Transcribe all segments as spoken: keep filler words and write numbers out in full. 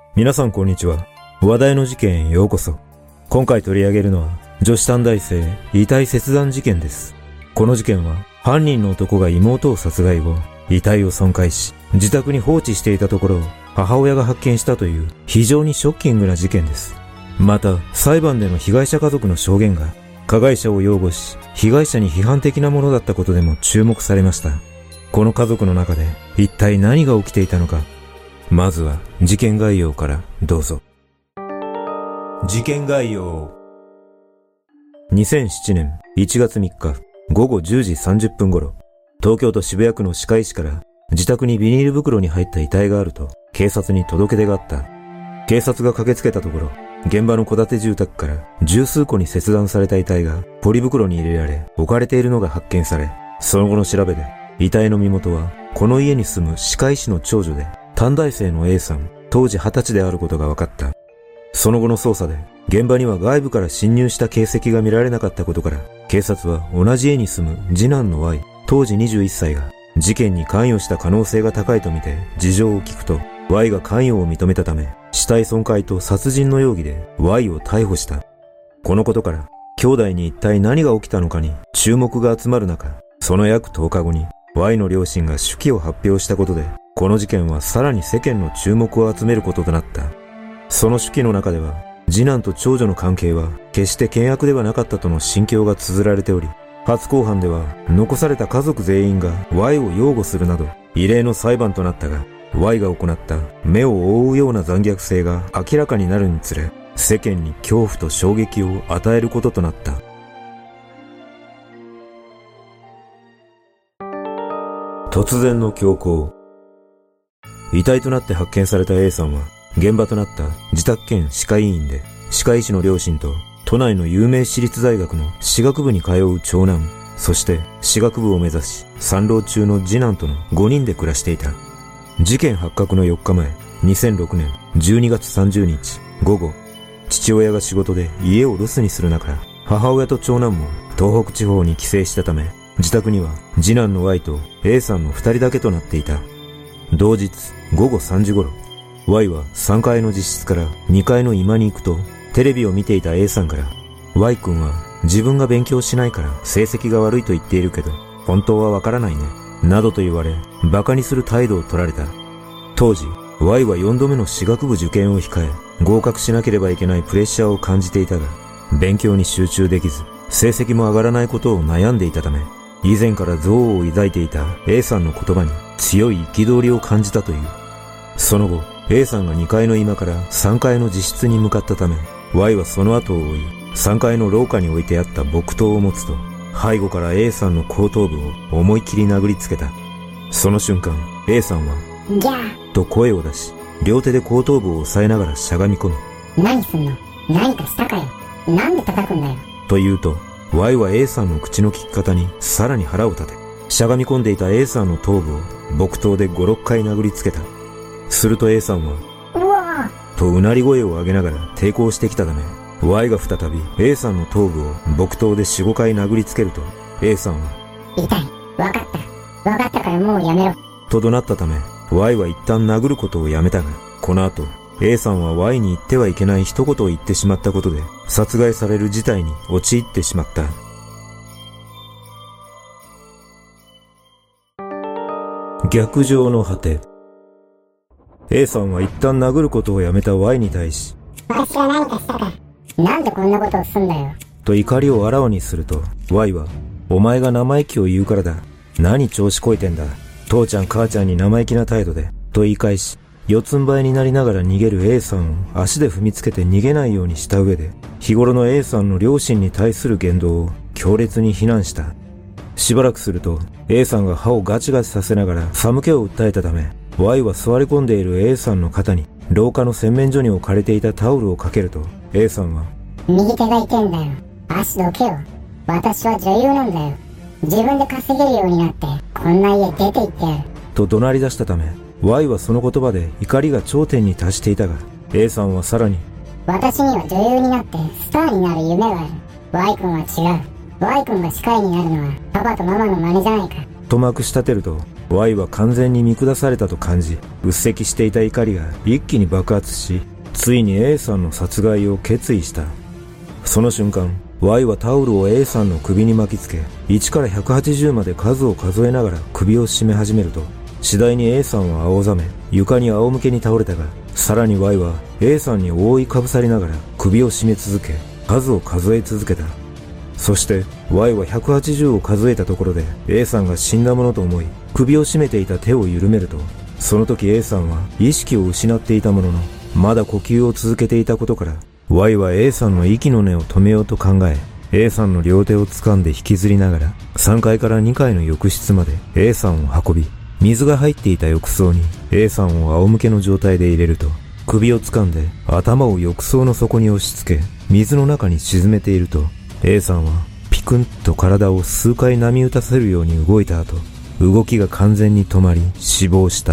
皆さんこんにちは。話題の事件へようこそ。今回取り上げるのは女子短大生遺体切断事件です。この事件は犯人の男が妹を殺害後、遺体を損壊し自宅に放置していたところを母親が発見したという非常にショッキングな事件です。また裁判での被害者家族の証言が加害者を擁護し被害者に批判的なものだったことでも注目されました。この家族の中で一体何が起きていたのか。まずは事件概要からどうぞ。事件概要。にせんななねんいちがつみっかごごじゅうじさんじゅっぷん頃、東京都渋谷区の歯科医師から自宅にビニール袋に入った遺体があると警察に届け出があった。警察が駆けつけたところ、現場の戸建て住宅から十数個に切断された遺体がポリ袋に入れられ置かれているのが発見され、その後の調べで遺体の身元はこの家に住む歯科医師の長女で短大生の A さん、当時はたちであることが分かった。その後の捜査で現場には外部から侵入した形跡が見られなかったことから、警察は同じ家に住む次男の Y、当時にじゅういっさいが事件に関与した可能性が高いとみて事情を聞くと、 Y が関与を認めたため死体損壊と殺人の容疑で Y を逮捕した。このことから兄弟に一体何が起きたのかに注目が集まる中、その約とおかごに Y の両親が手記を発表したことで、この事件はさらに世間の注目を集めることとなった。その手記の中では、次男と長女の関係は決して険悪ではなかったとの心境が綴られており、初公判では残された家族全員が Y を擁護するなど異例の裁判となったが、 Y が行った目を覆うような残虐性が明らかになるにつれ、世間に恐怖と衝撃を与えることとなった。突然の凶行。遺体となって発見された A さんは、現場となった自宅兼歯科医院で、歯科医師の両親と都内の有名私立大学の歯学部に通う長男、そして歯学部を目指し参浪中の次男とのごにんで暮らしていた。事件発覚のよっかまえ、にせんろくねんじゅうにがつさんじゅうにち午後、父親が仕事で家を留守にする中、母親と長男も東北地方に帰省したため、自宅には次男の Y と A さんのふたりだけとなっていた。同日ごごさんじ頃、 Y はさんがいの自室からにかいの居間に行くと、テレビを見ていた A さんから、 Y 君は自分が勉強しないから成績が悪いと言っているけど本当はわからないね、などと言われ馬鹿にする態度を取られた。当時 Y はよんどめの歯学部受験を控え、合格しなければいけないプレッシャーを感じていたが、勉強に集中できず成績も上がらないことを悩んでいたため、以前から憎悪を抱いていた A さんの言葉に強い憤りを感じたという。その後 A さんがにかいの居間からさんがいの自室に向かったため、 Y はその後を追い、さんがいの廊下に置いてあった木刀を持つと、背後から A さんの後頭部を思い切り殴りつけた。その瞬間 A さんはギャーと声を出し、両手で後頭部を押さえながらしゃがみ込み、 何すんの、何かしたかよ、なんで叩くんだよと言うと、 Y は A さんの口の利き方にさらに腹を立て、しゃがみ込んでいた A さんの頭部を木刀でごろっかい殴りつけた。すると A さんはうわーとうなり声を上げながら抵抗してきたため、 Y が再び A さんの頭部を木刀でよん、ごかい殴りつけると、 A さんは痛い、わかったわかったからもうやめろと怒鳴ったため、 Y は一旦殴ることをやめたが、この後 A さんは Y に言ってはいけない一言を言ってしまったことで殺害される事態に陥ってしまった。逆上の果て。 A さんは一旦殴ることをやめた Y に対し、 私が何かしたか、なんでこんなことをすんだよと怒りをあらわにすると、 Y はお前が生意気を言うからだ、何調子こいてんだ、父ちゃん母ちゃんに生意気な態度でと言い返し、四つん這いになりながら逃げる A さんを足で踏みつけて逃げないようにした上で、日頃の A さんの両親に対する言動を強烈に非難した。しばらくすると A さんが歯をガチガチさせながら寒気を訴えたため、 Y は座り込んでいる A さんの肩に廊下の洗面所に置かれていたタオルをかけると、 A さんは右手が痛いんだよ、足どけよ、私は女優なんだよ、自分で稼げるようになってこんな家出て行ってやると怒鳴り出したため、 Y はその言葉で怒りが頂点に達していたが、 A さんはさらに、 私には女優になってスターになる夢がある、 Y 君は違う、 Y 君が歯科医になるのはパパとママの真似じゃないかとまくし立てると、 Y は完全に見下されたと感じ、うっせきしていた怒りが一気に爆発し、ついに A さんの殺害を決意した。その瞬間、Y はタオルを A さんの首に巻きつけ、いちからひゃくはちじゅうまで数を数えながら首を絞め始めると、次第に A さんは青ざめ、床に仰向けに倒れたが、さらに Y は A さんに覆いかぶさりながら首を絞め続け、数を数え続けた。そして Y はひゃくはちじゅうを数えたところで A さんが死んだものと思い、首を絞めていた手を緩めると、その時 A さんは意識を失っていたものの、まだ呼吸を続けていたことから、Y は A さんの息の根を止めようと考え、A さんの両手を掴んで引きずりながら、さんがいからにかいの浴室まで A さんを運び、水が入っていた浴槽に A さんを仰向けの状態で入れると、首を掴んで頭を浴槽の底に押し付け、水の中に沈めていると、A さんはピクンと体を数回波打たせるように動いた後、動きが完全に止まり死亡した。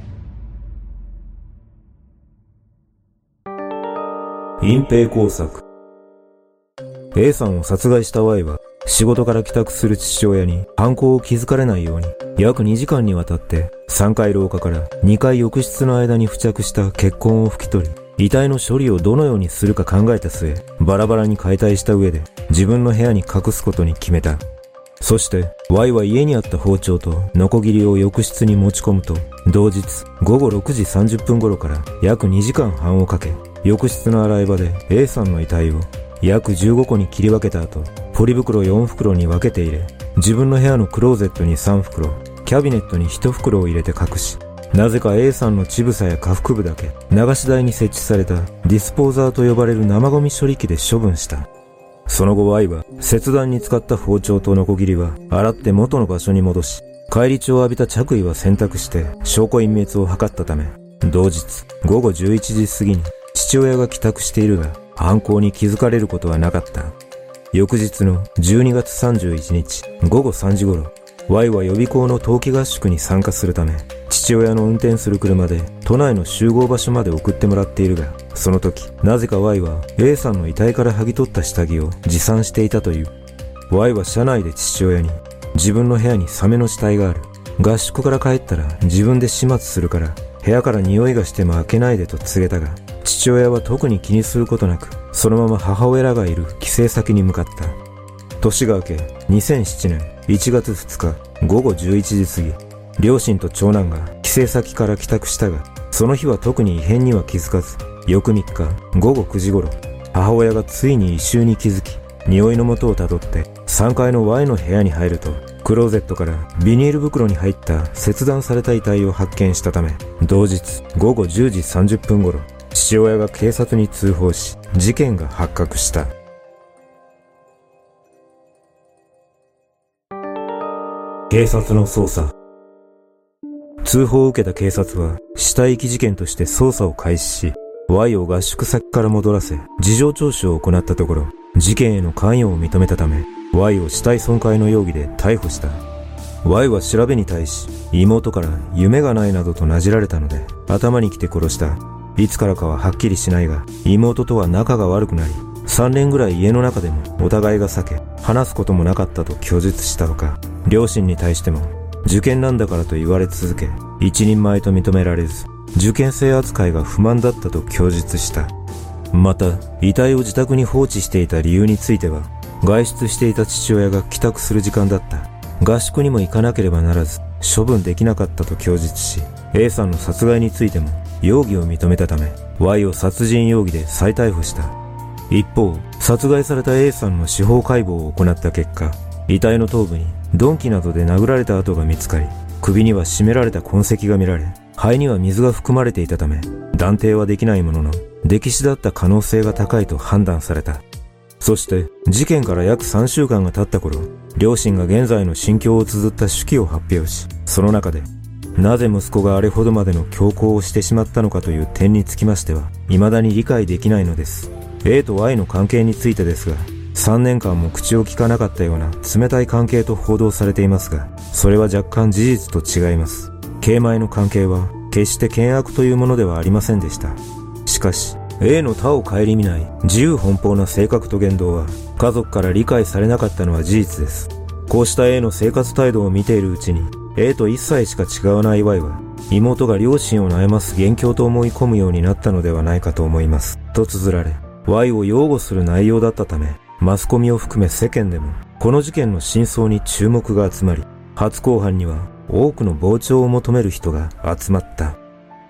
隠蔽工作。A さんを殺害した Y は仕事から帰宅する父親に犯行を気づかれないように約にじかんにわたってさんかい廊下からにかい浴室の間に付着した血痕を拭き取り、遺体の処理をどのようにするか考えた末、バラバラに解体した上で自分の部屋に隠すことに決めた。そして Y は家にあった包丁とノコギリを浴室に持ち込むと、同日ごごろくじさんじゅっぷん頃から約にじかんはんをかけ、浴室の洗い場で A さんの遺体を約じゅうごこに切り分けた後、ポリ袋よんふくろに分けて入れ、自分の部屋のクローゼットにさんふくろ、キャビネットにいちふくろを入れて隠し、なぜか A さんの乳房や下腹部だけ流し台に設置されたディスポーザーと呼ばれる生ゴミ処理機で処分した。その後 Y は切断に使った包丁とノコギリは洗って元の場所に戻し、返り血を浴びた着衣は洗濯して証拠隠滅を図ったため、同日ごごじゅういちじ過ぎに父親が帰宅しているが、犯行に気づかれることはなかった。翌日のじゅうにがつさんじゅういちにちごごさんじ頃、Y は予備校の冬季合宿に参加するため、父親の運転する車で都内の集合場所まで送ってもらっているが、その時、なぜか Y は A さんの遺体から剥ぎ取った下着を持参していたという。Y は車内で父親に、自分の部屋にサメの死体がある。合宿から帰ったら自分で始末するから、部屋から匂いがしても開けないでと告げたが、父親は特に気にすることなく、そのまま母親らがいる帰省先に向かった。年が明け、にせんななねんいちがつふつかごごじゅういちじ過ぎ、両親と長男が帰省先から帰宅したが、その日は特に異変には気づかず、翌みっかごごくじ頃、母親がついに異臭に気づき、匂いの元をたどってさんがいの Y の部屋に入ると、クローゼットからビニール袋に入った切断された遺体を発見したため、同日ごごじゅうじさんじゅっぷん頃、父親が警察に通報し、事件が発覚した。警察の捜査。通報を受けた警察は死体遺棄事件として捜査を開始し、Y を合宿先から戻らせ事情聴取を行ったところ、事件への関与を認めたため Y を死体損壊の容疑で逮捕した。 Y は調べに対し、妹から夢がないなどとなじられたので頭にきて殺した。いつからかははっきりしないが、妹とは仲が悪くなり、さんねんぐらい家の中でもお互いが避け、話すこともなかったと供述したほか、両親に対しても受験なんだからと言われ続け、一人前と認められず、受験生扱いが不満だったと供述した。また、遺体を自宅に放置していた理由については、外出していた父親が帰宅する時間だった。合宿にも行かなければならず、処分できなかったと供述し、A さんの殺害についても容疑を認めたため、Y を殺人容疑で再逮捕した。一方、殺害された A さんの司法解剖を行った結果、遺体の頭部に鈍器などで殴られた跡が見つかり、首には絞められた痕跡が見られ、肺には水が含まれていたため、断定はできないものの、溺死だった可能性が高いと判断された。そして、事件から約さんしゅうかんが経った頃、両親が現在の心境を綴った手記を発表し、その中で、なぜ息子があれほどまでの強行をしてしまったのかという点につきましては、未だに理解できないのです。A と Y の関係についてですが、さんねんかんも口を聞かなかったような冷たい関係と報道されていますが、それは若干事実と違います。慶米の関係は決して険悪というものではありませんでした。しかし、A の他を顧みない自由奔放な性格と言動は家族から理解されなかったのは事実です。こうした A の生活態度を見ているうちに、 A といっさいしか違わない Y は、妹が両親を悩ます元凶と思い込むようになったのではないかと思います。と綴られ、Y を擁護する内容だったため、マスコミを含め世間でも、この事件の真相に注目が集まり、初公判には多くの傍聴を求める人が集まった。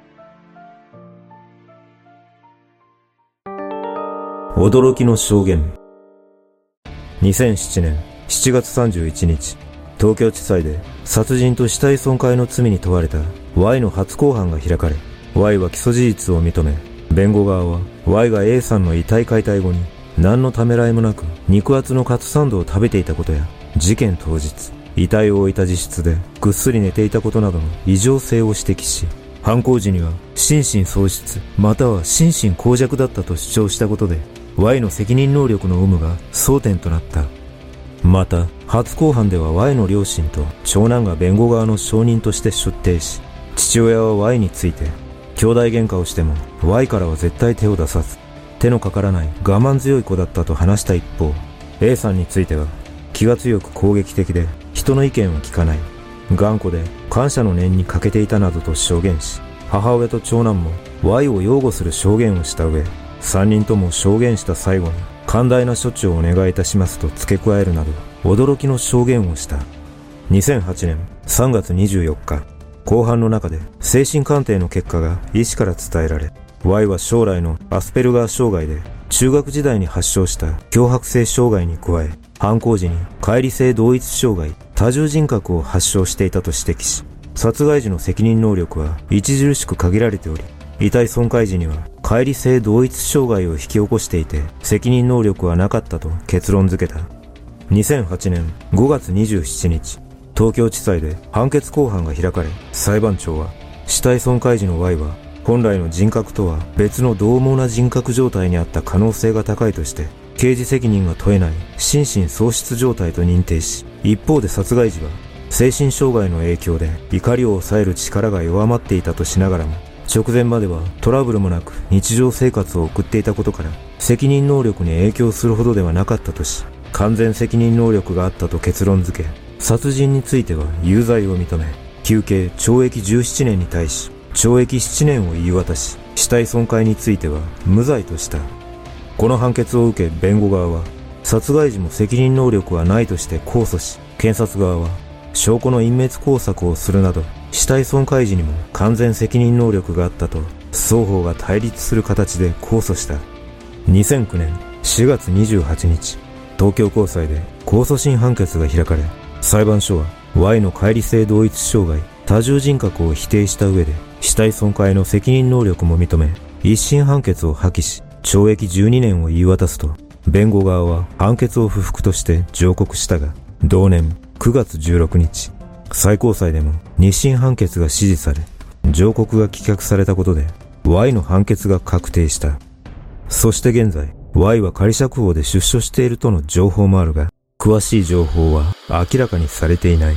驚きの証言。にせんななねんしちがつさんじゅういちにち、東京地裁で殺人と死体損壊の罪に問われた Y の初公判が開かれ、Y は起訴事実を認め、弁護側は Y が A さんの遺体解体後に何のためらいもなく肉厚のカツサンドを食べていたことや、事件当日、遺体を置いた自室でぐっすり寝ていたことなどの異常性を指摘し、犯行時には心神喪失または心神耗弱だったと主張したことで、Y の責任能力の有無が争点となった。また、初公判では Y の両親と長男が弁護側の証人として出廷し、父親は Y について、兄弟喧嘩をしても Y からは絶対手を出さず、手のかからない我慢強い子だったと話した一方、A さんについては、気が強く攻撃的で人の意見を聞かない、頑固で感謝の念に欠けていたなどと証言し、母親と長男も Y を擁護する証言をした上、三人とも証言した最後に寛大な処置をお願いいたしますと付け加えるなど驚きの証言をした。にせんはちねんさんがつにじゅうよっか、公判の中で精神鑑定の結果が医師から伝えられ、 Y は将来のアスペルガー障害で中学時代に発症した強迫性障害に加え、犯行時に乖離性同一障害多重人格を発症していたと指摘し、殺害時の責任能力は著しく限られており、遺体損壊時には乖離性同一障害を引き起こしていて責任能力はなかったと結論付けた。にせんはちねんごがつにじゅうしちにち、東京地裁で判決公判が開かれ、裁判長は死体損壊時の Y は本来の人格とは別の獰猛な人格状態にあった可能性が高いとして刑事責任が問えない心神喪失状態と認定し、一方で殺害時は精神障害の影響で怒りを抑える力が弱まっていたとしながらも、直前まではトラブルもなく日常生活を送っていたことから責任能力に影響するほどではなかったとし、完全責任能力があったと結論付け、殺人については有罪を認め、求刑懲役じゅうななねんに対し懲役ななねんを言い渡し、死体損壊については無罪とした。この判決を受け弁護側は殺害時も責任能力はないとして控訴し、検察側は証拠の隠滅工作をするなど死体損壊時にも完全責任能力があったと双方が対立する形で控訴した。にせんきゅうねんしがつにじゅうはちにち、東京高裁で控訴審判決が開かれ、裁判所は Y の乖離性同一障害多重人格を否定した上で死体損壊の責任能力も認め、一審判決を破棄し懲役じゅうにねんを言い渡すと、弁護側は判決を不服として上告したが、同年くがつじゅうろくにち、最高裁でも二審判決が支持され、上告が棄却されたことで Y の判決が確定した。そして現在 Y は仮釈放で出所しているとの情報もあるが、詳しい情報は明らかにされていない。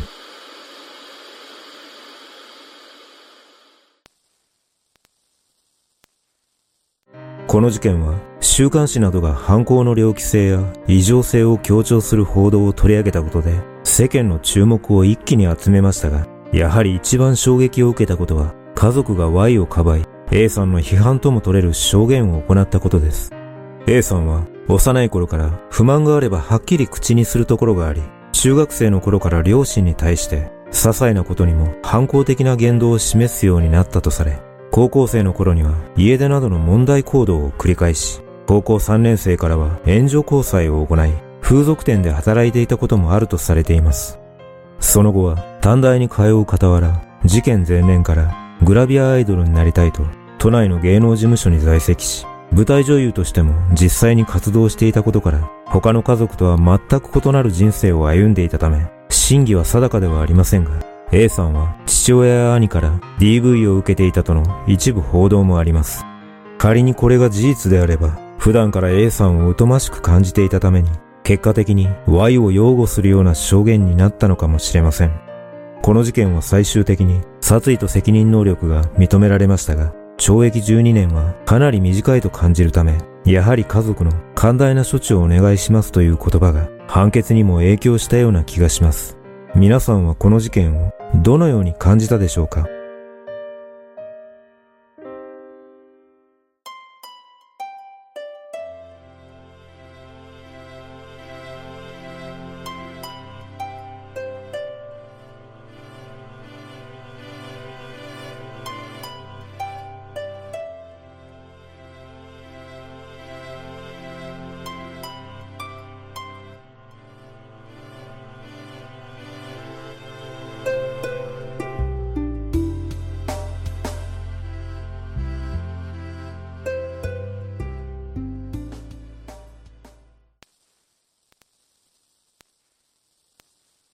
この事件は週刊誌などが犯行の猟奇性や異常性を強調する報道を取り上げたことで世間の注目を一気に集めましたが、やはり一番衝撃を受けたことは家族が Y をかばい A さんの批判とも取れる証言を行ったことです。 A さんは幼い頃から不満があればはっきり口にするところがあり、中学生の頃から両親に対して些細なことにも反抗的な言動を示すようになったとされ、高校生の頃には家出などの問題行動を繰り返し、高校さんねん生からは援助交際を行い、風俗店で働いていたこともあるとされています。その後は短大に通う傍ら、事件前年からグラビアアイドルになりたいと都内の芸能事務所に在籍し、舞台女優としても実際に活動していたことから、他の家族とは全く異なる人生を歩んでいたため、真偽は定かではありませんが、A さんは父親や兄から ディーブイ を受けていたとの一部報道もあります。仮にこれが事実であれば、普段から A さんを疎ましく感じていたために、結果的に Y を擁護するような証言になったのかもしれません。この事件は最終的に殺意と責任能力が認められましたが、懲役じゅうにねんはかなり短いと感じるため、やはり家族の寛大な処置をお願いしますという言葉が判決にも影響したような気がします。皆さんはこの事件をどのように感じたでしょうか。